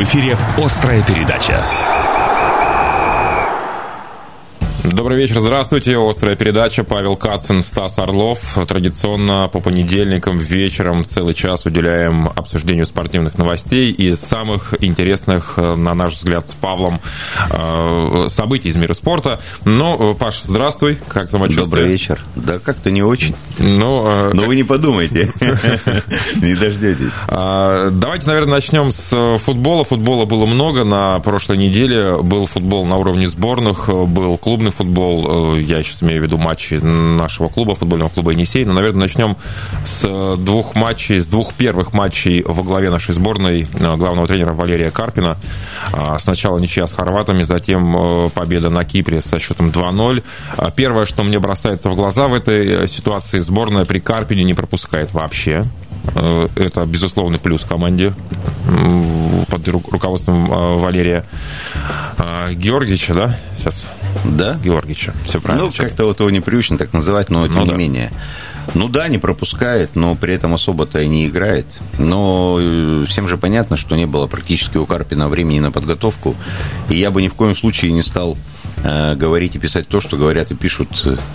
эфире «Острая передача». Добрый вечер, здравствуйте. «Острая передача». Павел Кацин, Стас Орлов. Традиционно по понедельникам вечером целый час уделяем обсуждению спортивных новостей и самых интересных, на наш взгляд, с Павлом событий из мира спорта. Ну, Паш, здравствуй. Как самочувствие? Добрый вечер. Да как-то не очень. Но вы не подумайте. Не дождетесь. Давайте, наверное, начнем с футбола. Футбола было много. На прошлой неделе был футбол на уровне сборных, был клубный футбол. Я сейчас имею в виду матчи нашего клуба, футбольного клуба «Енисей». Но, наверное, начнем с двух первых матчей во главе нашей сборной главного тренера Валерия Карпина. Сначала ничья с хорватами, затем победа на Кипре со счетом 2-0. Первое, что мне бросается в глаза в этой ситуации, сборная при Карпине не пропускает вообще. Это безусловный плюс команде под руководством Валерия Георгиевича, да? Сейчас. Да? Георгиевича. Все правильно? Ну, как-то вот его непривычно так называть, но тем не менее. Ну да, не пропускает, но при этом особо-то и не играет. Но всем же понятно, что не было практически у Карпина времени на подготовку. И я бы ни в коем случае не стал говорить и писать то, что говорят и пишут,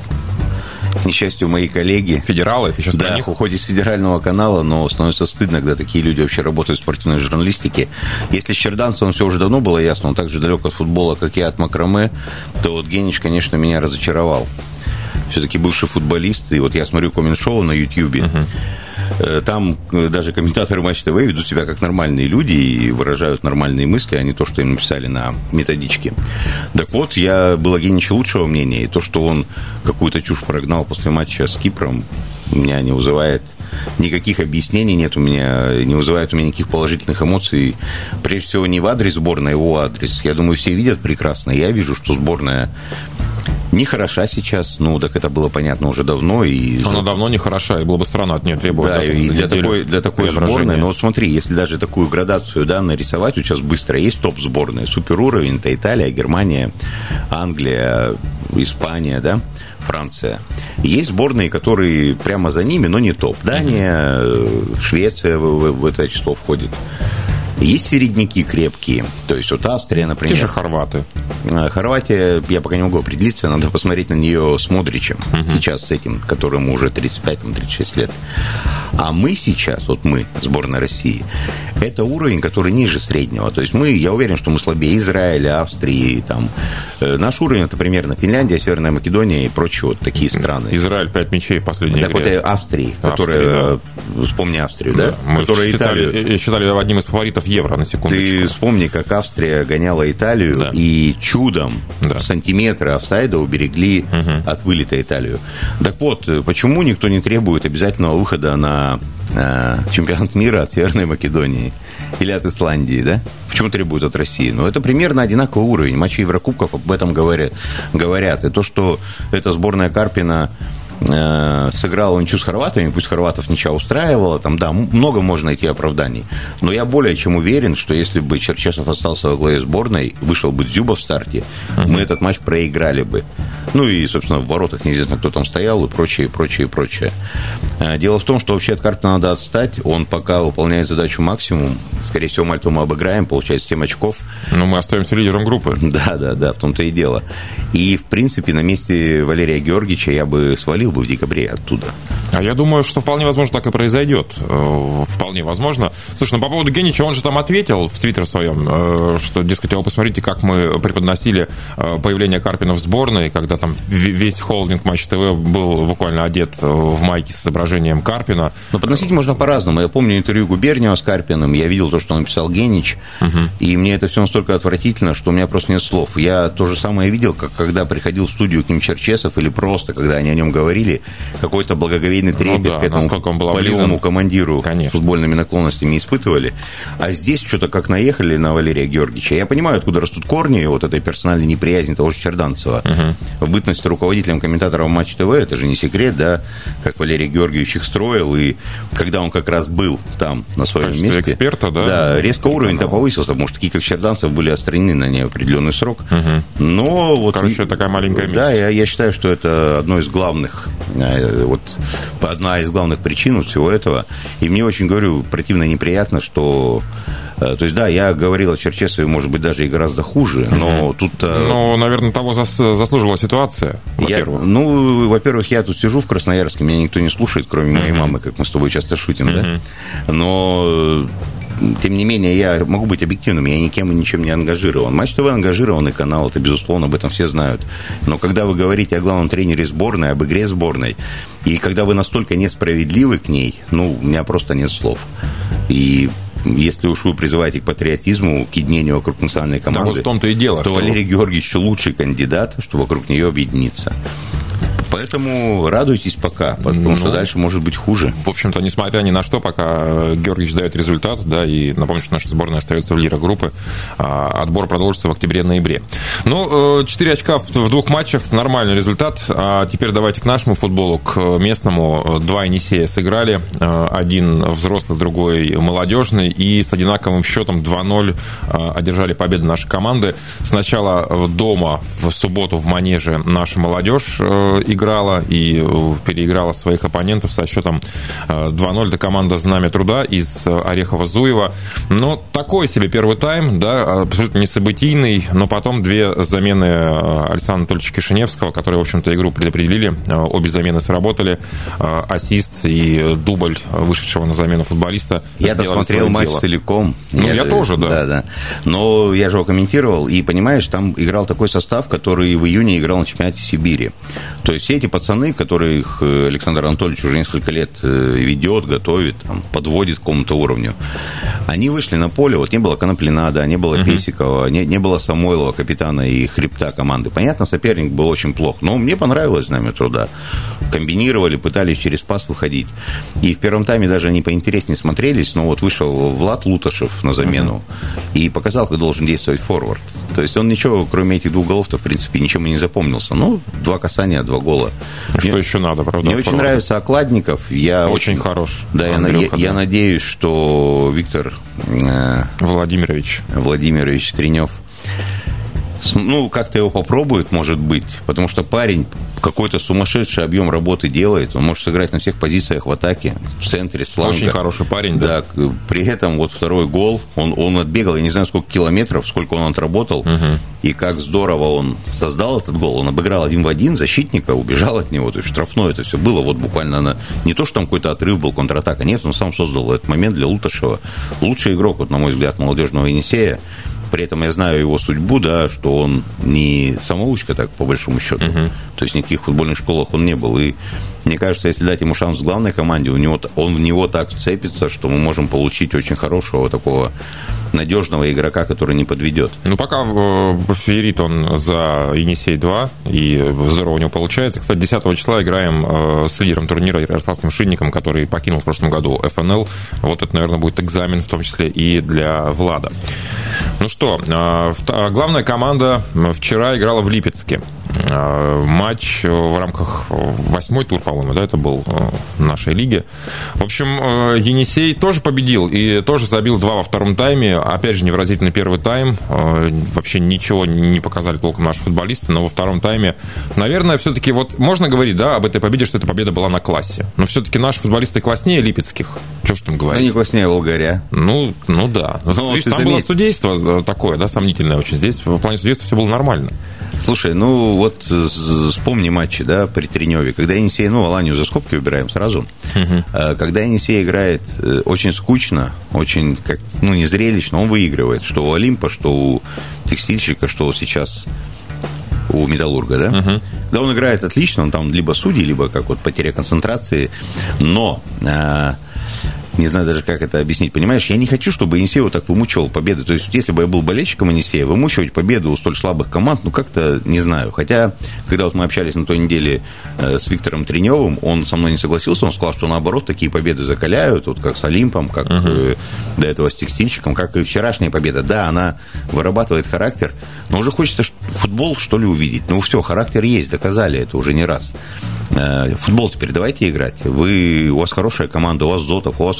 к несчастью, мои коллеги. Федералы, ты сейчас да, про них? хоть из федерального канала, но становится стыдно, когда такие люди вообще работают в спортивной журналистике. Если с Черданцевым все уже давно было ясно, он так же далек от футбола, как и от макраме, то вот Генич, конечно, меня разочаровал. Все-таки бывший футболист, и вот я смотрю коммент-шоу на Ютьюбе, там даже комментаторы Матч ТВ ведут себя как нормальные люди и выражают нормальные мысли, а не то, что им написали на методичке. Так вот, я был о Гениче лучшего мнения, и то, что он какую-то чушь прогнал после матча с Кипром, меня не вызывает никаких объяснений, нет у меня, не вызывает у меня никаких положительных эмоций. Прежде всего, не в адрес сборной, а в его адрес. Я думаю, все видят прекрасно. Я вижу, что сборная не хороша сейчас, ну, так это было понятно уже давно. И... Она давно не хороша, и было бы странно от нее требовать. Да, и для такой сборной, но вот смотри, если даже такую градацию, да, нарисовать, вот сейчас быстро, есть топ-сборные, суперуровень, это Италия, Германия, Англия, Испания, да, Франция. Есть сборные, которые прямо за ними, но не топ. Дания, Швеция в это число входит. Есть середняки крепкие, то есть вот Австрия, например. Те же хорваты. Хорватия, я пока не могу определиться, надо посмотреть на нее с Модричем, сейчас с этим, которому уже 35-36 лет. А мы сейчас, вот мы, сборная России, это уровень, который ниже среднего. То есть я уверен, что мы слабее Израиля, Австрии, там. Наш уровень это примерно Финляндия, Северная Македония и прочие вот такие страны. Израиль 5 мячей в последней игре. Так вот Австрии, которая, да. Вспомни Австрию, да? Мы которая считали одним из фаворитов Евро, на секундочку. Ты вспомни, как Австрия гоняла Италию, да. И чудом сантиметры офсайда уберегли от вылета Италию. Так вот, почему никто не требует обязательного выхода на чемпионат мира от Северной Македонии или от Исландии, да? Почему требуют от России? Ну, это примерно одинаковый уровень. Матчи Еврокубков об этом говорят. И то, что эта сборная Карпина сыграла ничью с хорватами, пусть хорватов ничья устраивала, там, да, много можно найти оправданий. Но я более чем уверен, что если бы Черчесов остался во главе сборной, вышел бы Дзюба в старте, мы этот матч проиграли бы. Ну и, собственно, в воротах неизвестно, кто там стоял и прочее. Дело в том, что вообще от Карпина надо отстать. Он пока выполняет задачу максимум. Скорее всего, Мальту мы обыграем, получается 7 очков. Но мы остаемся лидером группы. Да, в том-то и дело. И, в принципе, на месте Валерия Георгиевича я бы свалил бы в декабре оттуда. А я думаю, что вполне возможно так и произойдет. Вполне возможно. Слушай, по поводу Генича, он же там ответил в твиттере своем, что, дескать, посмотрите, как мы преподносили появление Карпина в сборной, когда там весь холдинг Матч ТВ был буквально одет в майке с изображением Карпина. Но подносить можно по-разному. Я помню интервью Губерниева с Карпиным, я видел то, что написал Генич, и мне это все настолько отвратительно, что у меня просто нет слов. Я то же самое видел, как когда приходил в студию к ним Черчесов, или просто, когда они о нем говорили, какой-то благоговейный трепет к этому полевому командиру с футбольными наклонностями испытывали. А здесь что-то как наехали на Валерия Георгиевича. Я понимаю, откуда растут корни вот этой персональной неприязни того же Черданцева. В бытности руководителем комментаторов Матч ТВ, это же не секрет, да, как Валерий Георгиевич их строил, и когда он как раз был там на своем месте, эксперта, да, резко уровень-то повысился, потому что такие, как Черданцев, были отстранены на неопределенный срок. Но вот... Короче, такая маленькая месть. Да, я считаю, что это одна из главных причин всего этого. И мне очень, говорю, противно и неприятно, что То есть, да, я говорил о Черчесове, может быть, даже и гораздо хуже, но тут... Ну, наверное, того заслуживала ситуация, во-первых. Во-первых, я тут сижу в Красноярске, меня никто не слушает, кроме моей мамы, как мы с тобой часто шутим, да? Но... Тем не менее, я могу быть объективным, я никем и ничем не ангажирован. Матч ТВ ангажированный канал, это, безусловно, об этом все знают. Но когда вы говорите о главном тренере сборной, об игре сборной, и когда вы настолько несправедливы к ней, у меня просто нет слов. И если уж вы призываете к патриотизму, к единению вокруг национальной команды, вот в том-то и дело, то Валерий Георгиевич лучший кандидат, чтобы вокруг нее объединиться. Поэтому радуйтесь пока, потому что дальше может быть хуже. В общем-то, несмотря ни на что, пока Георгиевич дает результат, да, и напомню, что наша сборная остается в лидерах группы, отбор продолжится в октябре-ноябре. 4 очка в 2 матчах, нормальный результат. А теперь давайте к нашему футболу, к местному. 2 Енисея сыграли, один взрослый, другой молодежный, и с одинаковым счетом 2-0 одержали победу нашей команды. Сначала дома в субботу в Манеже наша молодежь играла и переиграла своих оппонентов со счетом 2-0. Это команда «Знамя труда» из Орехова-Зуева. Такой себе первый тайм, да, абсолютно несобытийный, но потом 2 замены Александра Анатольевича Кишиневского, которые, в общем-то, игру предопределили. Обе замены сработали. Ассист и дубль вышедшего на замену футболиста. Я-то смотрел матч целиком. Я тоже, да. Да. Но я же его комментировал, и, понимаешь, там играл такой состав, который в июне играл на чемпионате Сибири. То есть все эти пацаны, которых Александр Анатольевич уже несколько лет ведет, готовит, подводит к какому-то уровню, они вышли на поле, вот не было Коноплина, да, не было Песикова, не было Самойлова, капитана и хребта команды. Понятно, соперник был очень плох, но мне понравилось «Знамя труда». Комбинировали, пытались через пас выходить. И в первом тайме даже они поинтереснее смотрелись, но вот вышел Влад Луташев на замену и показал, как должен действовать форвард. То есть он ничего, кроме этих 2 голов-то, в принципе, ничем и не запомнился. 2 касания, 2 гола. Что еще надо, правда? Мне очень нравится Окладников. Очень хорош. Да, я надеюсь, что Виктор Владимирович Тренев как-то его попробует, может быть, потому что парень какой-то сумасшедший объем работы делает, он может сыграть на всех позициях в атаке, в центре, с фланга. Очень хороший парень, да. При этом вот второй гол, он отбегал, я не знаю, сколько километров, сколько он отработал, и как здорово он создал этот гол. Он обыграл 1 в 1 защитника, убежал от него, то есть штрафное это все было, вот буквально не то, что там какой-то отрыв был, контратака, нет, он сам создал этот момент для Луташева. Лучший игрок, вот, на мой взгляд, молодежного Енисея. При этом я знаю его судьбу, да, что он не самоучка, так, по большому счету. То есть, в никаких футбольных школах он не был. И мне кажется, если дать ему шанс в главной команде, он в него так вцепится, что мы можем получить очень хорошего такого надежного игрока, который не подведет. Пока фаворит он за Енисей-2, и здорово у него получается. Кстати, 10 числа играем с лидером турнира Ярославским Шинником, который покинул в прошлом году ФНЛ. Вот это, наверное, будет экзамен, в том числе и для Влада. Главная команда вчера играла в Липецке. Матч в рамках 8-й тур, по-моему, да, это был нашей лиги. В общем, Енисей тоже победил и тоже забил 2 во втором тайме. Опять же, невыразительный первый тайм. Вообще ничего не показали толком наши футболисты, но во втором тайме, наверное, все-таки вот можно говорить, да, об этой победе, что эта победа была на классе. Но все-таки наши футболисты класснее липецких. Что ж там говорить? Они класснее Волгаря. Да. Там было судейство такое, да, сомнительное очень. Здесь в плане судейства все было нормально. Слушай, вот вспомни матчи, да, при Треневе, когда Енисей, Аланию за скобки убираем сразу, когда Енисей играет очень скучно, очень, не зрелищно, он выигрывает, что у Олимпа, что у Текстильщика, что сейчас у Металлурга, да? Когда он играет отлично, он там либо судьи, либо как вот потеря концентрации, но... Не знаю даже, как это объяснить. Понимаешь, я не хочу, чтобы Енисей вот так вымучивал победы. То есть, если бы я был болельщиком Енисея, вымучивать победу у столь слабых команд, как-то не знаю. Хотя, когда вот мы общались на той неделе с Виктором Треневым, он со мной не согласился, он сказал, что наоборот, такие победы закаляют, вот как с Олимпом, как до этого с Текстильщиком, как и вчерашняя победа. Да, она вырабатывает характер, но уже хочется футбол, что ли, увидеть. Все, характер есть, доказали это уже не раз. Футбол теперь давайте играть. У вас хорошая команда, у вас Зотов, у вас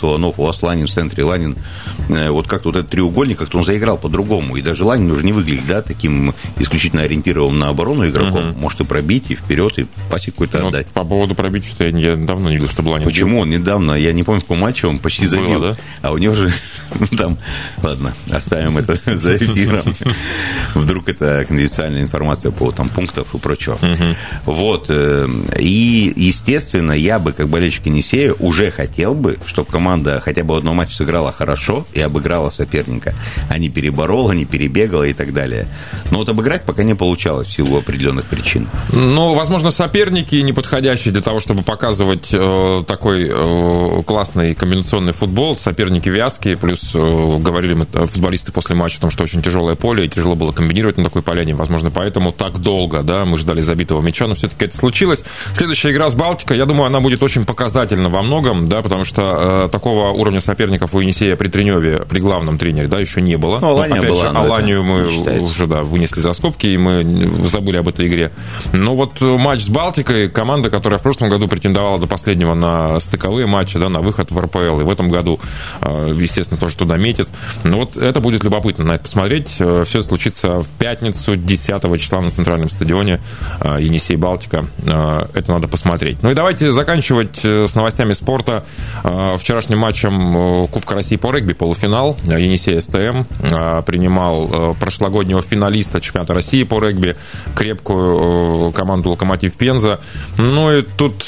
Солонов, у вас Ланин в центре, Ланин, вот как-то вот этот треугольник, как-то он заиграл по-другому. И даже Ланин уже не выглядит, да, таким исключительно ориентированным на оборону игроком. Может и пробить, и вперед, и пасик какой-то отдать. По поводу пробить, что я давно не видел, чтобы Ланин... Почему он недавно? Я не помню, в каком матче он почти забил. Было, да? А у него же там... Ладно, оставим это за эфиром. Вдруг это конфиденциальная информация по там пунктов и прочего. Вот. И, естественно, я бы, как болельщик Енисея, уже хотел бы, чтобы команда хотя бы в одном матче сыграла хорошо и обыграла соперника, а не переборола, не перебегала и так далее. Но вот обыграть пока не получалось в силу определенных причин. Ну, возможно, соперники неподходящие для того, чтобы показывать такой классный комбинационный футбол. Соперники вязкие, плюс говорили мы, футболисты после матча о том, что очень тяжелое поле, и тяжело было комбинировать на такой поляне. Возможно, поэтому так долго, да, мы ждали забитого мяча, но все-таки это случилось. Следующая игра с Балтикой, я думаю, она будет очень показательна во многом, да, потому что такого уровня соперников у Енисея при Треневе, при главном тренере, да, еще не было. Ну, Алания опять была, же, Аланию мы уже, да, вынесли за скобки, и мы забыли об этой игре. Но вот матч с Балтикой, команда, которая в прошлом году претендовала до последнего на стыковые матчи, да, на выход в РПЛ, и в этом году, естественно, тоже туда метит. Но вот это будет любопытно на это посмотреть. Все это случится в пятницу, 10 числа на центральном стадионе Енисей-Балтика. Это надо посмотреть. Ну и давайте заканчивать с новостями спорта. Вчерашним матчем Кубка России по регби полуфинал. Енисей СТМ принимал прошлогоднего финалиста чемпионата России по регби, крепкую команду «Локомотив Пенза». Ну и тут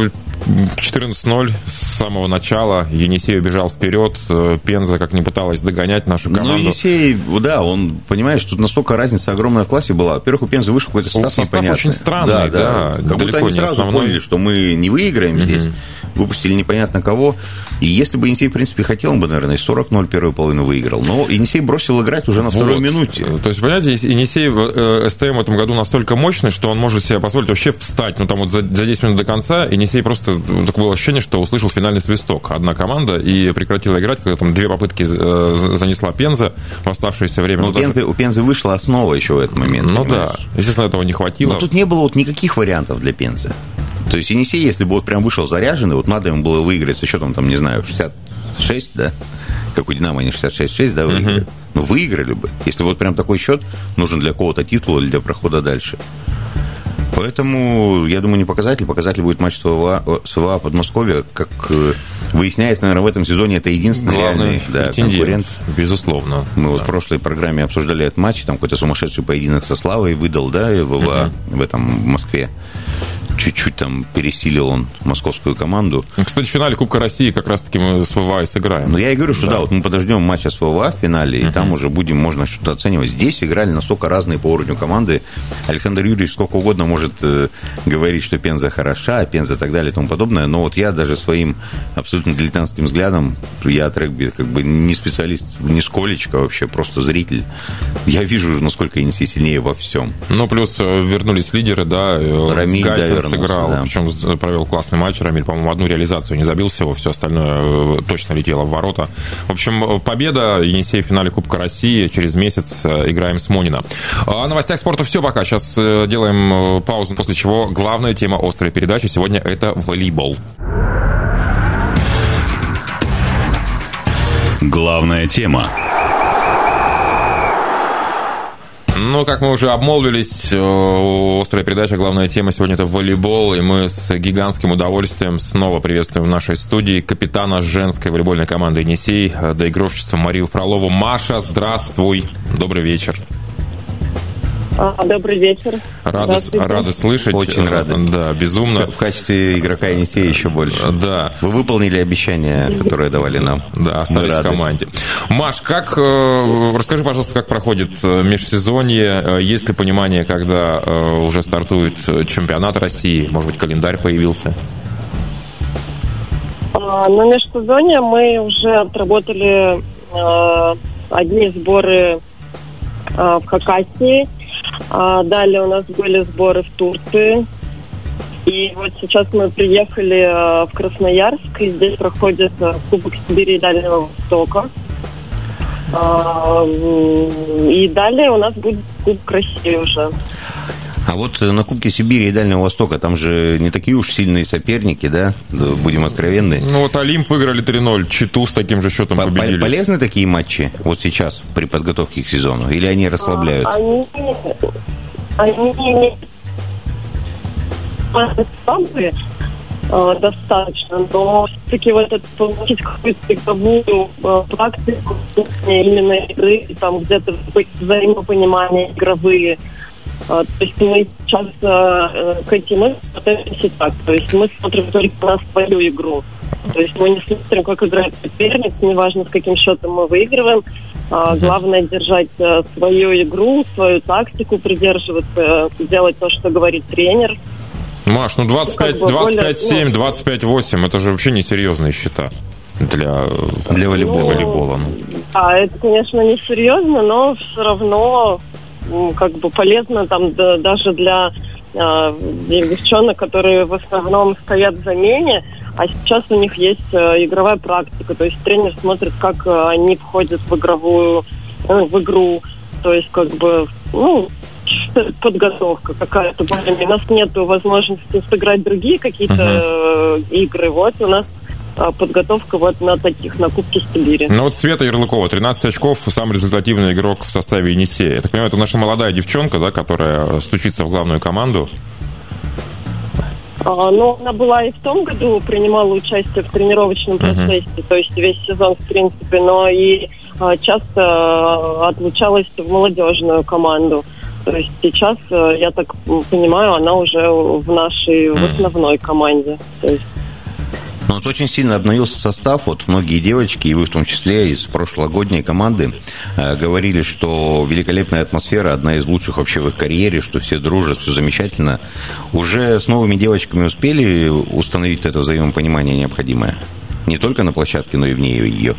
14-0 с самого начала. Енисей убежал вперед. Пенза как не пыталась догонять нашу команду. Ну, Енисей, да, он, понимаешь, тут настолько разница огромная в классе была. Во-первых, у Пензы вышел какой-то состав непонятный. Очень странный, да. Как будто они сразу поняли, что мы не выиграем здесь. Выпустили непонятно кого. И если бы Енисей, в принципе, хотел, он бы, наверное, 40-0 первую половину выиграл. Но Енисей бросил играть уже на второй минуте. То есть, понимаете, Енисей СТМ в этом году настолько мощный, что он может себе позволить вообще встать. Ну, там вот за 10 минут до конца Енисей просто... Такое было ощущение, что услышал финальный свисток. Одна команда и прекратила играть, когда там 2 попытки занесла Пенза в оставшееся время. У Пензы вышла основа еще в этот момент. Ну да, естественно, этого не хватило. Но тут не было вот никаких вариантов для Пензы. То есть Енисей, если бы вот прям вышел заряженный, вот надо ему было выиграть со счетом, там, не знаю, 66, да? Как у «Динамо» они 66-6, да, выиграли? Ну, выиграли бы. Если вот прям такой счет нужен для какого-то титула или для прохода дальше. Поэтому, я думаю, не показатель. Показатель будет матч с ВВА Подмосковья. Как выясняется, наверное, в этом сезоне это единственный главный реальный конкурент. Безусловно. Мы вот в прошлой программе обсуждали этот матч. Там какой-то сумасшедший поединок со Славой выдал, да, ВВА в Москве. Чуть-чуть там пересилил он московскую команду. Кстати, в финале Кубка России как раз-таки мы с ВВА и сыграем. Ну, я и говорю, что да, вот мы подождем матча с ВВА в финале, и там уже можно что-то оценивать. Здесь играли настолько разные по уровню команды. Александр Юрьевич сколько угодно может говорить, что Пенза хороша, Пенза и так далее и тому подобное, но вот я даже своим абсолютно дилетантским взглядом, я от регби как бы не специалист нисколечко вообще, просто зритель. Я вижу, насколько Енисей сильнее во всем. Ну, плюс вернулись лидеры, да, Рамиль, Гайсен сыграл, да. Причем провел классный матч. Рамиль, по-моему, одну реализацию не забил всего, все остальное точно летело в ворота. В общем, победа. Енисей в финале Кубка России. Через месяц играем с Монина. О новостях спорта все пока. Сейчас делаем паузу, после чего главная тема острой передачи сегодня – это волейбол. Главная тема. Ну, как мы уже обмолвились, острая передача, главная тема сегодня – это волейбол, и мы с гигантским удовольствием снова приветствуем в нашей студии капитана женской волейбольной команды «Енисей», доигровщицу Марию Фролову. Маша, здравствуй, добрый вечер. Добрый вечер. Рады слышать. Очень рады. Да, безумно. В качестве игрока Енисея еще больше. Да. Вы выполнили обещания, которые давали нам. Да, остались в команде. Маш, расскажи, пожалуйста, как проходит межсезонье? Есть ли понимание, когда уже стартует чемпионат России? Может быть, календарь появился? На межсезонье мы уже отработали одни сборы в Хакасии. Далее у нас были сборы в Турции. И вот сейчас мы приехали в Красноярск, и здесь проходит Кубок Сибири и Дальнего Востока. И далее у нас будет Кубок России уже. А вот на Кубке Сибири и Дальнего Востока там же не такие уж сильные соперники, да? Будем откровенны. Ну вот Олимп выиграли 3-0, Читу с таким же счетом победили. Полезны такие матчи вот сейчас при подготовке к сезону? Или они расслабляют? Они слабые достаточно, но все-таки вот это получить какую-то игровую практику именно игры, там где-то взаимопонимание игровые. То есть мы сейчас к этим относимся так. То есть мы смотрим только на свою игру. То есть мы не смотрим, как играет соперник, неважно, с каким счетом мы выигрываем. Главное держать свою игру, свою тактику, придерживаться, делать то, что говорит тренер. Маш, 25-7, 25-8, это же вообще несерьезные счета для волейбола. Это, конечно, несерьезно, но все равно как бы полезно там даже для девчонок, которые в основном стоят в замене, а сейчас у них есть игровая практика, то есть тренер смотрит, как они входят в игру, то есть как бы, подготовка какая-то. У нас нет возможности сыграть другие какие-то игры, вот у нас подготовка вот на Кубке Сибири. Ну вот Света Ярлыкова, 13 очков, самый результативный игрок в составе Енисея. Я так понимаю, это наша молодая девчонка, да, которая стучится в главную команду? Она была и в том году, принимала участие в тренировочном процессе, то есть весь сезон, в принципе, но и часто отлучалась в молодежную команду. То есть сейчас, я так понимаю, она уже в нашей в основной команде. То есть... Ну, вот очень сильно обновился состав. Вот многие девочки, и вы в том числе, из прошлогодней команды, говорили, что великолепная атмосфера, одна из лучших вообще в их карьере, что все дружат, все замечательно. Уже с новыми девочками успели установить это взаимопонимание необходимое? Не только на площадке, но и вне ее.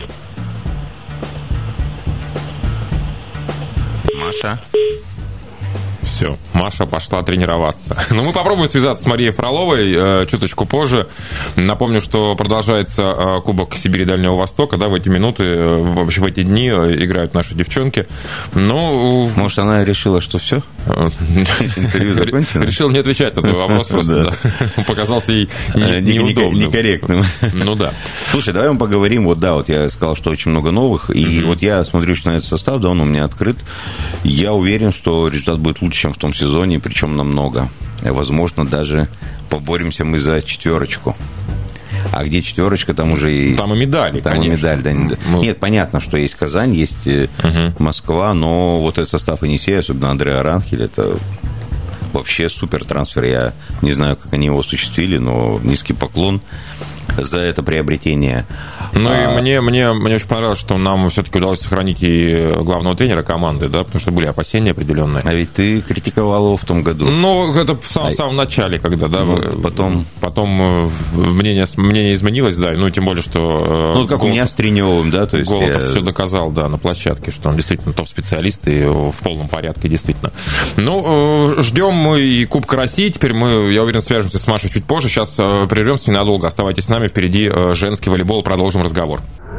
Маша? Все, Маша пошла тренироваться. Но мы попробуем связаться с Марией Фроловой чуточку позже. Напомню, что продолжается Кубок Сибири и Дальнего Востока. Да, в эти минуты, вообще в эти дни играют наши девчонки. Ну, может, она решила, что все? Интервью закончено? Решила не отвечать на твой вопрос просто. Показался ей неудобным. Некорректным. Ну да. Слушай, давай мы поговорим. Вот я сказал, что очень много новых. И вот я смотрю, что на этот состав, да, он у меня открыт. Я уверен, что результат будет лучше, чем в том сезоне, причем намного. Возможно, даже поборемся мы за 4. А где 4, там уже и... Там и медали, там конечно. И медаль, да. Нет, понятно, что есть Казань, есть Москва, но вот этот состав Енисея, особенно Андреа Ранхель, это вообще супер трансфер. Я не знаю, как они его осуществили, но низкий поклон за это приобретение. Ну и мне очень понравилось, что нам все-таки удалось сохранить и главного тренера команды, да, потому что были опасения определенные. А ведь ты критиковал его в том году. Ну, это в самом начале, когда, да. Потом мнение изменилось, да, ну, тем более, что... Ну, как у меня с Треневым, да, то есть... Голубов все доказал, да, на площадке, что он действительно топ-специалист и в полном порядке, действительно. Ну, ждем мы и Кубка России, теперь мы, я уверен, свяжемся с Машей чуть позже, сейчас прервемся ненадолго, оставайтесь с нами, впереди женский волейбол, продолжим разговор.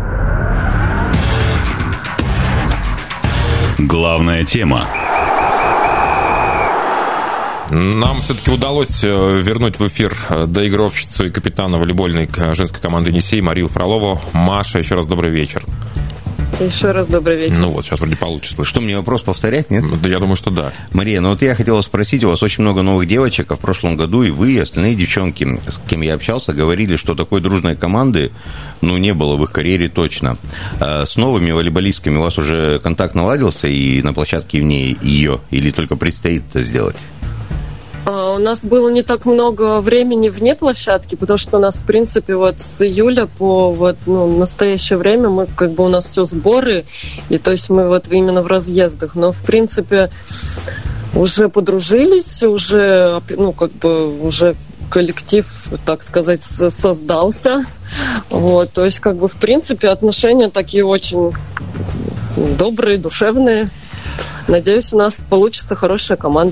Главная тема. Нам все-таки удалось вернуть в эфир доигровщицу и капитана волейбольной женской команды «Енисей» Марию Фролову. Маша, еще раз добрый вечер. Еще раз добрый вечер. Ну вот, сейчас вроде получше слышно. Что, мне вопрос повторять, нет? Да, я думаю, что да. Мария, ну вот я хотела спросить, у вас очень много новых девочек, а в прошлом году и вы, и остальные девчонки, с кем я общался, говорили, что такой дружной команды, ну, не было в их карьере точно. А с новыми волейболистками у вас уже контакт наладился и на площадке вне ее, или только предстоит это сделать? У нас было не так много времени вне площадки, потому что у нас, в принципе, вот с июля по настоящее время мы у нас все сборы, и то есть мы вот именно в разъездах, но в принципе уже подружились, уже уже коллектив, так сказать, создался, вот, то есть в принципе отношения такие очень добрые, душевные. Надеюсь, у нас получится хорошая команда.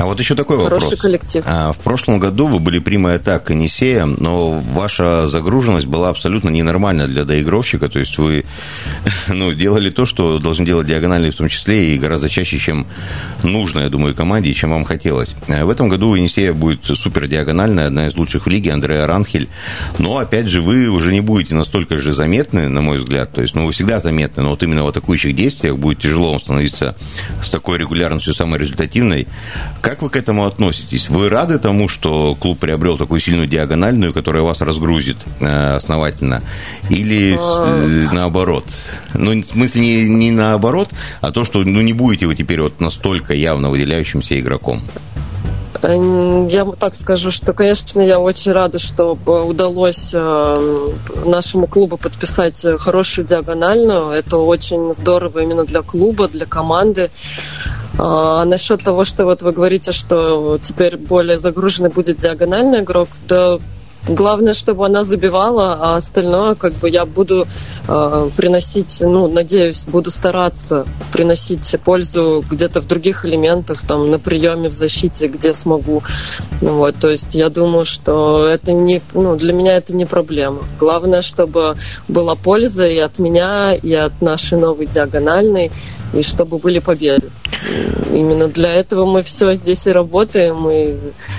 А вот еще такой хороший вопрос. Коллектив. В прошлом году вы были прямой атакой Енисея, но ваша загруженность была абсолютно ненормальна для доигровщика, то есть вы делали то, что должны делать диагональные в том числе, и гораздо чаще, чем нужно, я думаю, команде, чем вам хотелось. В этом году у Енисея будет супер диагональная, одна из лучших в лиге, Андреа Ранхель, но, опять же, вы уже не будете настолько же заметны, на мой взгляд, то есть, вы всегда заметны, но вот именно в атакующих действиях будет тяжело вам становиться с такой регулярностью самой результативной. Как вы к этому относитесь? Вы рады тому, что клуб приобрел такую сильную диагональную, которая вас разгрузит основательно? Или наоборот? В смысле, не наоборот, а то, что не будете вы теперь вот настолько явно выделяющимся игроком? Я так скажу, что, конечно, я очень рада, что удалось нашему клубу подписать хорошую диагональную. Это очень здорово именно для клуба, для команды. А насчет того, что вот вы говорите, что теперь более загруженный будет диагональный игрок, да, главное, чтобы она забивала, а остальное я буду приносить, надеюсь, буду стараться приносить пользу где-то в других элементах, там, на приеме, в защите, где смогу. То есть я думаю, что это не, для меня это не проблема. Главное, чтобы была польза и от меня, и от нашей новой диагональной, и чтобы были победы. Именно для этого мы все здесь и работаем, и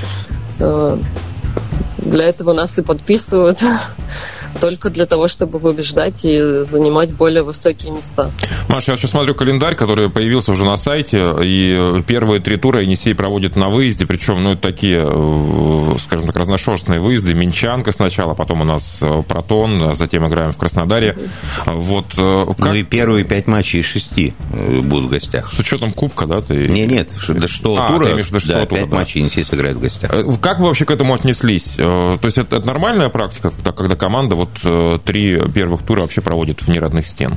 для этого нас и подписывают, только для того, чтобы побеждать и занимать более высокие места. Маша, я сейчас смотрю календарь, который появился уже на сайте, и первые 3 тура Енисей проводит на выезде, причем, такие, скажем так, разношерстные выезды. Минчанка сначала, потом у нас Протон, затем играем в Краснодаре. И первые 5 матчей из 6 будут в гостях. С учетом кубка, да? Нет, до 6-го тура, 5 матчей Енисей сыграет в гостях. Как вы вообще к этому отнеслись? То есть это нормальная практика, когда команда 3 первых тура вообще проводит вне родных стен?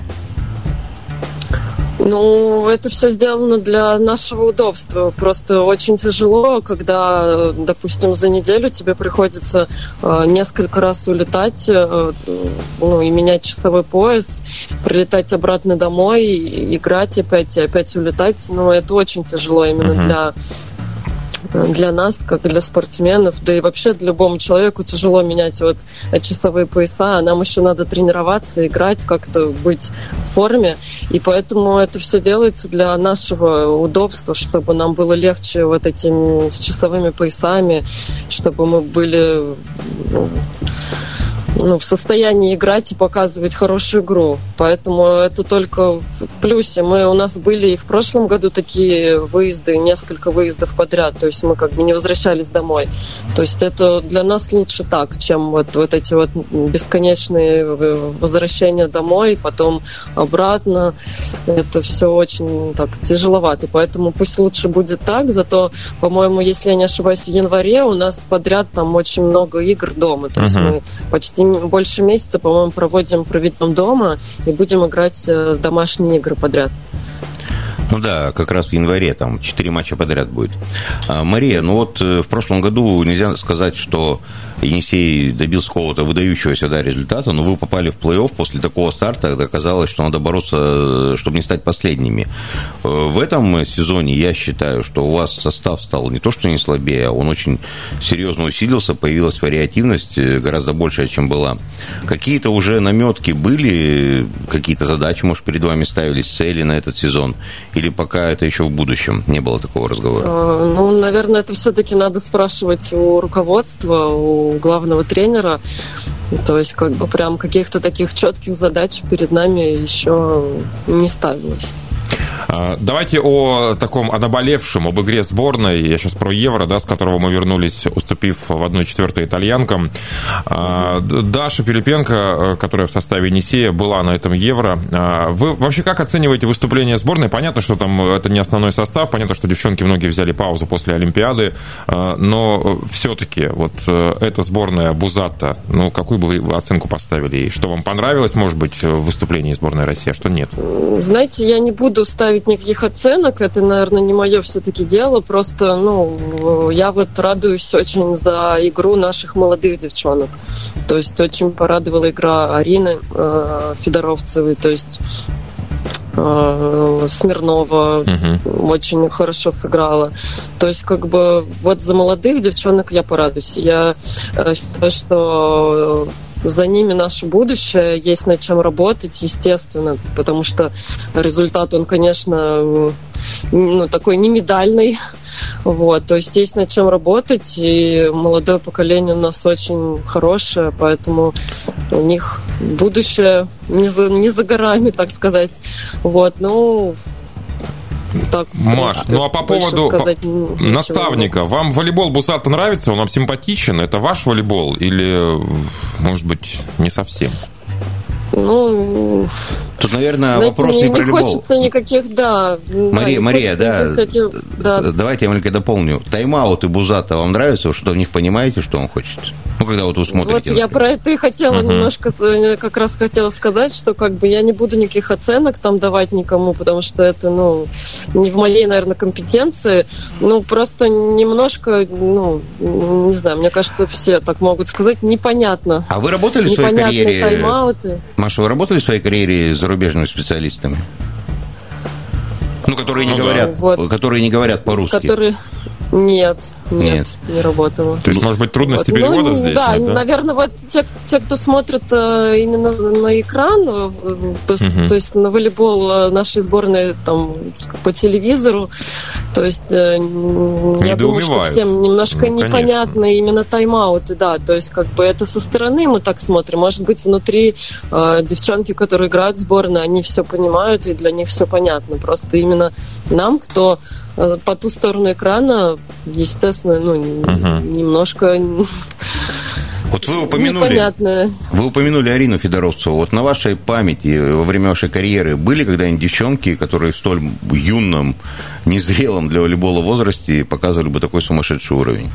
Это все сделано для нашего удобства. Просто очень тяжело, когда, допустим, за неделю тебе приходится несколько раз улетать, и менять часовой пояс, прилетать обратно домой, играть опять улетать. Это очень тяжело именно для нас, как для спортсменов, да и вообще для любому человеку тяжело менять часовые пояса, а нам еще надо тренироваться, играть, как-то быть в форме, и поэтому это все делается для нашего удобства, чтобы нам было легче этими с часовыми поясами, чтобы мы были в состоянии играть и показывать хорошую игру. Поэтому это только в плюсе. У нас были и в прошлом году такие выезды, несколько выездов подряд. То есть мы не возвращались домой. То есть это для нас лучше так, чем эти бесконечные возвращения домой, потом обратно. Это все очень так тяжеловато. Поэтому пусть лучше будет так. Зато, по-моему, если я не ошибаюсь, в январе у нас подряд там очень много игр дома. То есть мы почти больше месяца, по-моему, проведем дома и будем играть домашние игры подряд. Да, как раз в январе там 4 матча подряд будет. Мария, в прошлом году нельзя сказать, что Енисей добился какого-то выдающегося результата, но вы попали в плей-офф после такого старта, когда казалось, что надо бороться, чтобы не стать последними. В этом сезоне я считаю, что у вас состав стал не то, что не слабее, а он очень серьезно усилился, появилась вариативность гораздо большая, чем была. Какие-то уже наметки были, какие-то задачи, может, перед вами ставились, цели на этот сезон? Или пока это еще в будущем? Не было такого разговора? Наверное, это все-таки надо спрашивать у руководства, у главного тренера. То есть, прям каких-то таких четких задач перед нами еще не ставилось. Давайте о наболевшем, об игре сборной. Я сейчас про Евро, с которого мы вернулись, уступив в 1/4 итальянкам. Даша Пилипенко, которая в составе Енисея была на этом Евро. Вы вообще как оцениваете выступление сборной? Понятно, что там это не основной состав, понятно, что девчонки многие взяли паузу после Олимпиады, но все-таки эта сборная Бузатта, какую бы вы оценку поставили? И что вам понравилось, может быть, в выступлении сборной России, а что нет? Знаете, я не буду ставить никаких оценок, это, наверное, не мое все-таки дело, просто, я радуюсь очень за игру наших молодых девчонок, то есть очень порадовала игра Арины Федоровцевой, то есть Смирнова очень хорошо сыграла. То есть, как бы, вот за молодых девчонок я порадуюсь. Я считаю, что за ними наше будущее, есть над чем работать, естественно, потому что результат, он, конечно, такой не медальный. Вот, то есть есть над чем работать, и молодое поколение у нас очень хорошее, поэтому у них будущее не за горами, так сказать. Вот, так, Маш, а по поводу наставника, вам волейбол Бусата нравится? Он вам симпатичен? Это ваш волейбол или, может быть, не совсем? Тут, наверное, вопрос не про любовь. Не хочется никаких, Мария, давайте я маленько дополню. Тайм-аут и Бузата вам нравятся? Вы что в них понимаете, что он хочет? Когда вот вы смотрите. Вот я про это и хотела немножко, как раз хотела сказать, что как бы я не буду никаких оценок там давать никому, потому что это, не в моей, наверное, компетенции. Просто немножко, не знаю, мне кажется, все так могут сказать, непонятно. А вы работали в своей карьере? Тайм-ауты. Маша, вы работали в своей карьере с зарубежными специалистами? Которые не говорят по-русски. Нет, не работала. То есть, может быть, трудности перевода здесь? Да, наверное, вот те, кто смотрит именно на экран, то есть на волейбол нашей сборной там по телевизору, то есть я думаю, что всем немножко непонятно именно тайм-ауты, да, то есть как бы это со стороны мы так смотрим, может быть, внутри девчонки, которые играют в сборной, они все понимают, и для них все понятно, просто именно нам, кто по ту сторону экрана, естественно, немножко вот вы упомянули Арину Федоровцеву. Вот на вашей памяти во время вашей карьеры были когда-нибудь девчонки, которые в столь юном, незрелом для волейбола возрасте показывали бы такой сумасшедший уровень?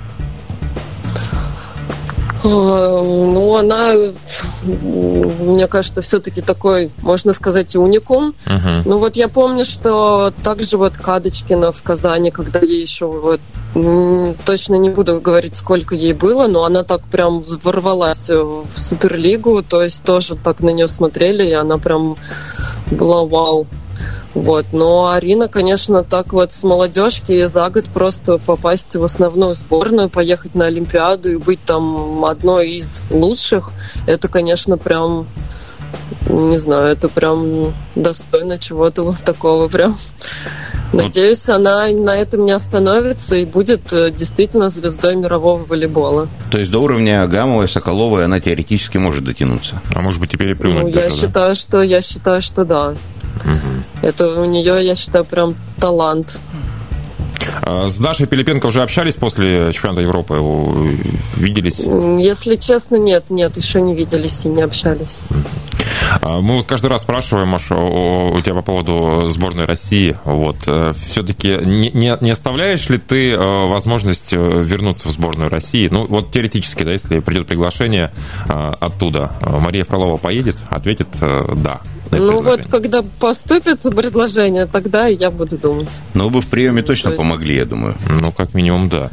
Она, мне кажется, все-таки такой, можно сказать, и уникум. Вот я помню, что также вот Кадочкина в Казани, когда ей еще точно не буду говорить, сколько ей было, но она так прям ворвалась в Суперлигу, то есть тоже так на нее смотрели, и она прям была вау. Но Арина, конечно, так вот с молодежки за год просто попасть в основную сборную, поехать на Олимпиаду и быть там одной из лучших, это, конечно, прям, не знаю, это прям достойно чего-то такого прям. Надеюсь, она на этом не остановится и будет действительно звездой мирового волейбола. То есть до уровня Гамовой, Соколовой она теоретически может дотянуться? А может быть, теперь и плюнуть даже, я считаю, что да. Это у нее, я считаю, прям талант. С Дашей Пилипенко уже общались после чемпионата Европы? Виделись? Если честно, нет, еще не виделись и не общались. Мы вот каждый раз спрашиваем, Маша, у тебя по поводу сборной России. Все-таки не оставляешь ли ты возможность вернуться в сборную России? Теоретически, да, если придет приглашение оттуда, Мария Фролова поедет? Ответит «да». Когда поступится предложение, тогда я буду думать. Но вы бы в приеме точно помогли, я думаю. Как минимум, да.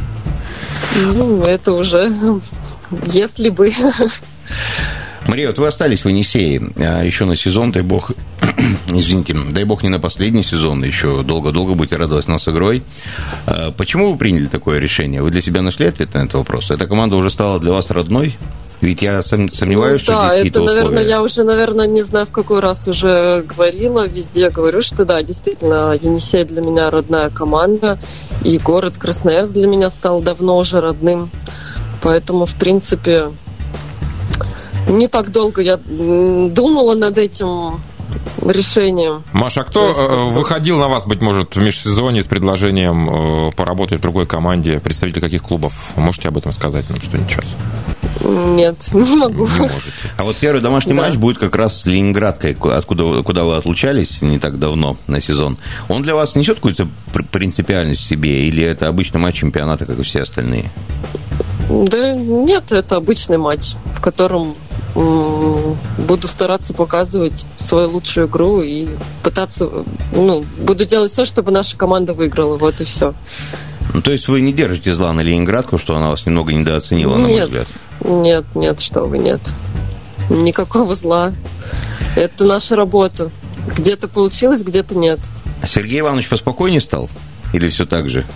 Это уже если бы. Мария, вы остались в Енисее еще на сезон, дай бог, дай бог не на последний сезон, еще долго-долго будете радовать нас игрой. Почему вы приняли такое решение? Вы для себя нашли ответ на этот вопрос? Эта команда уже стала для вас родной? Ведь я сомневаюсь, что здесь какие-то условия. Да, это, я уже, не знаю, в какой раз уже говорила, везде говорю, что да, действительно, Енисей для меня родная команда, и город Красноярск для меня стал давно уже родным. Поэтому, в принципе, не так долго я думала над этим решением. Маша, а кто выходил на вас, быть может, в межсезонье с предложением поработать в другой команде? Представители каких клубов? Можете об этом сказать нам что-нибудь сейчас? Нет, не могу. Не можете. А вот первый домашний матч будет как раз с Ленинградкой, куда вы отлучались не так давно на сезон. Он для вас несет какую-то принципиальность в себе, или это обычный матч чемпионата, как и все остальные? Да нет, это обычный матч, в котором буду стараться показывать свою лучшую игру и пытаться, буду делать все, чтобы наша команда выиграла, вот и все. То есть вы не держите зла на Ленинградку, что она вас немного недооценила, на мой взгляд? Нет, что вы, нет. Никакого зла. Это наша работа. где-то получилось, где-то нет. А Сергей Иванович поспокойнее стал? Или все так же?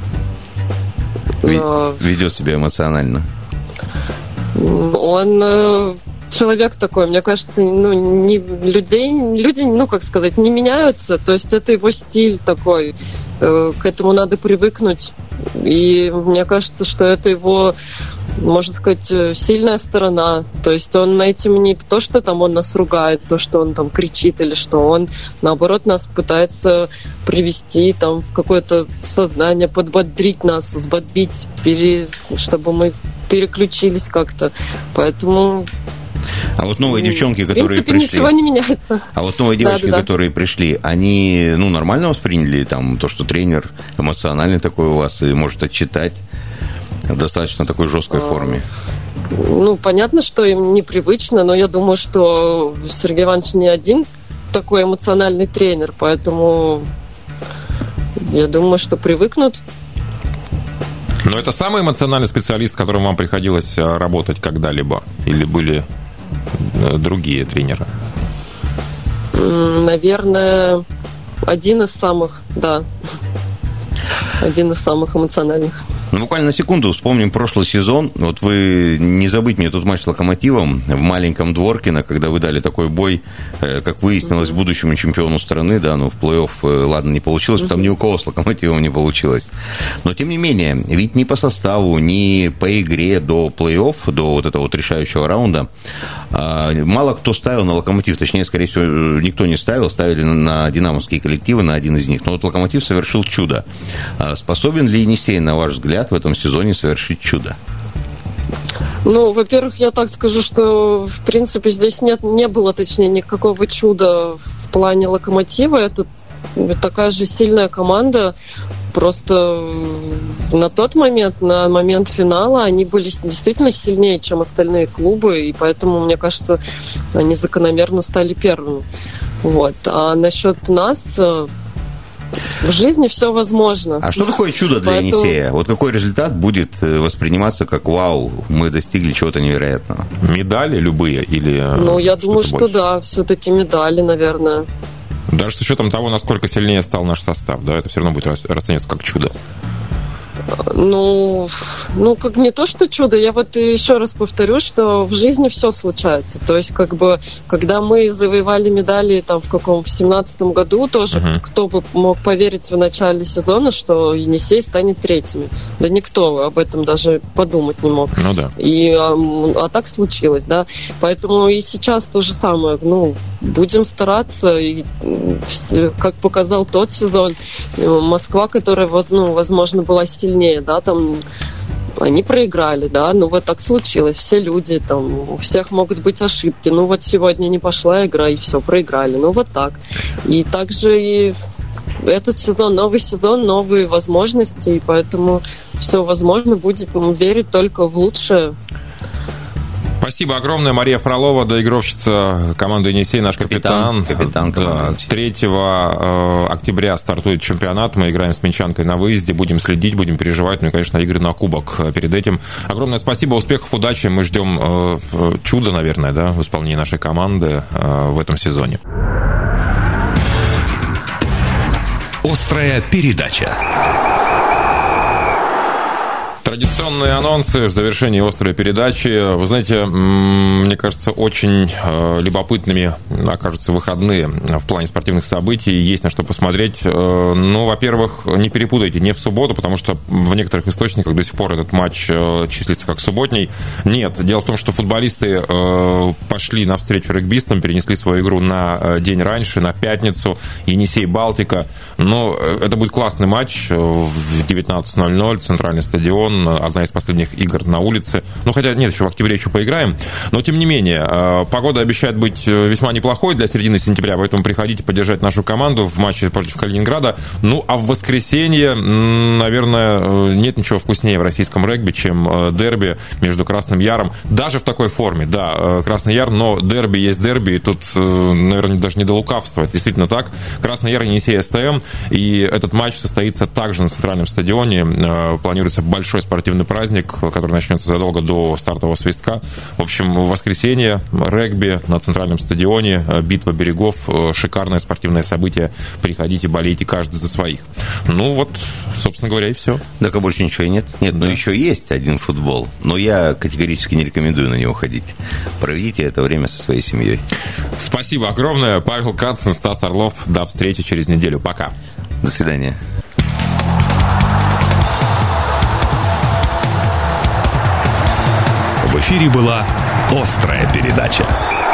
Ведет себя эмоционально? Он человек такой, мне кажется, люди, как сказать, не меняются. То есть это его стиль такой. К этому надо привыкнуть. И мне кажется, что это его, можно сказать, сильная сторона. То есть он этим не то, что там он нас ругает, то, что он там кричит или что. Он, наоборот, нас пытается привести там в какое-то сознание, подбодрить нас, взбодрить, чтобы мы переключились как-то. Поэтому... А вот новые девчонки, которые пришли... ничего не меняется. А вот новые девочки, которые пришли, они, нормально восприняли там то, что тренер эмоциональный такой у вас и может отчитать в достаточно такой жесткой форме? Понятно, что им непривычно, но я думаю, что Сергей Иванович не один такой эмоциональный тренер, поэтому я думаю, что привыкнут. Но это самый эмоциональный специалист, с которым вам приходилось работать когда-либо? Или были другие тренеры? Наверное, один из самых эмоциональных. Буквально на секунду вспомним прошлый сезон. Вот вы не забыть мне тот матч с «Локомотивом» в маленьком Дворкино, когда вы дали такой бой, как выяснилось, будущему чемпиону страны, в плей-офф, ладно, не получилось, там ни у кого с «Локомотивом» не получилось. Но, тем не менее, ведь ни по составу, ни по игре до плей-офф, до вот этого решающего раунда, мало кто ставил на «Локомотив», точнее, скорее всего, никто не ставил, ставили на динамовские коллективы, на один из них. Но вот «Локомотив» совершил чудо. Способен ли Енисей, на ваш взгляд, в этом сезоне совершить чудо? Во-первых, я так скажу, что, в принципе, здесь не было, точнее, никакого чуда в плане «Локомотива». Это такая же сильная команда. Просто на тот момент, на момент финала, они были действительно сильнее, чем остальные клубы, и поэтому, мне кажется, они закономерно стали первыми. А насчет нас... В жизни все возможно. А что такое чудо для Енисея? Вот какой результат будет восприниматься как вау, мы достигли чего-то невероятного? Медали любые или я думаю, что да, все-таки медали, наверное. Даже с учетом того, насколько сильнее стал наш состав, да, это все равно будет расцениваться как чудо. Как не то, что чудо. Я еще раз повторю, что в жизни все случается. То есть, когда мы завоевали медали в 17-м году, тоже кто бы мог поверить в начале сезона, что Енисей станет третьими. Да никто об этом даже подумать не мог. А так случилось, да. Поэтому и сейчас то же самое. Будем стараться. И, как показал тот сезон, Москва, которая, возможно, была сильнее, да, там они проиграли, да, так случилось, все люди, у всех могут быть ошибки, сегодня не пошла игра, и все, проиграли, так. И также и этот сезон, новые возможности, и поэтому все возможно будет, верить только в лучшее. Спасибо огромное. Мария Фролова, доигровщица команды «Енисей», наш капитан. Капитан команды. 3 октября стартует чемпионат. Мы играем с Минчанкой на выезде. Будем следить, будем переживать. И, конечно, игры на кубок перед этим. Огромное спасибо, успехов, удачи. Мы ждем чуда, наверное, в исполнении нашей команды в этом сезоне. Острая передача. Традиционные анонсы в завершении острой передачи. Вы знаете, мне кажется, очень любопытными окажутся выходные в плане спортивных событий. Есть на что посмотреть. Во-первых, не перепутайте, не в субботу, потому что в некоторых источниках до сих пор этот матч числится как субботний. Нет, дело в том, что футболисты пошли навстречу регбистам, перенесли свою игру на день раньше, на пятницу. Енисей-Балтика. Но это будет классный матч в 19:00, центральный стадион. Одна из последних игр на улице. Хотя нет, еще в октябре еще поиграем. Но, тем не менее, погода обещает быть весьма неплохой для середины сентября, поэтому приходите поддержать нашу команду в матче против Калининграда. А в воскресенье, наверное, нет ничего вкуснее в российском регби, чем дерби между Красным Яром. Даже в такой форме, да, Красный Яр, но дерби есть дерби, и тут, наверное, даже не до лукавства. Это действительно так. Красный Яр, Енисей, СТМ. И этот матч состоится также на центральном стадионе. Планируется большой спектакль спортивный праздник, который начнется задолго до стартового свистка. В общем, в воскресенье регби на центральном стадионе, битва берегов, шикарное спортивное событие. Приходите, болейте каждый за своих. Ну вот, собственно говоря, и все. Так, а больше ничего и нет? Нет, но еще есть один футбол, но я категорически не рекомендую на него ходить. Проведите это время со своей семьей. Спасибо огромное. Павел Кацин, Стас Орлов. До встречи через неделю. Пока. До свидания. В эфире была «Острая передача».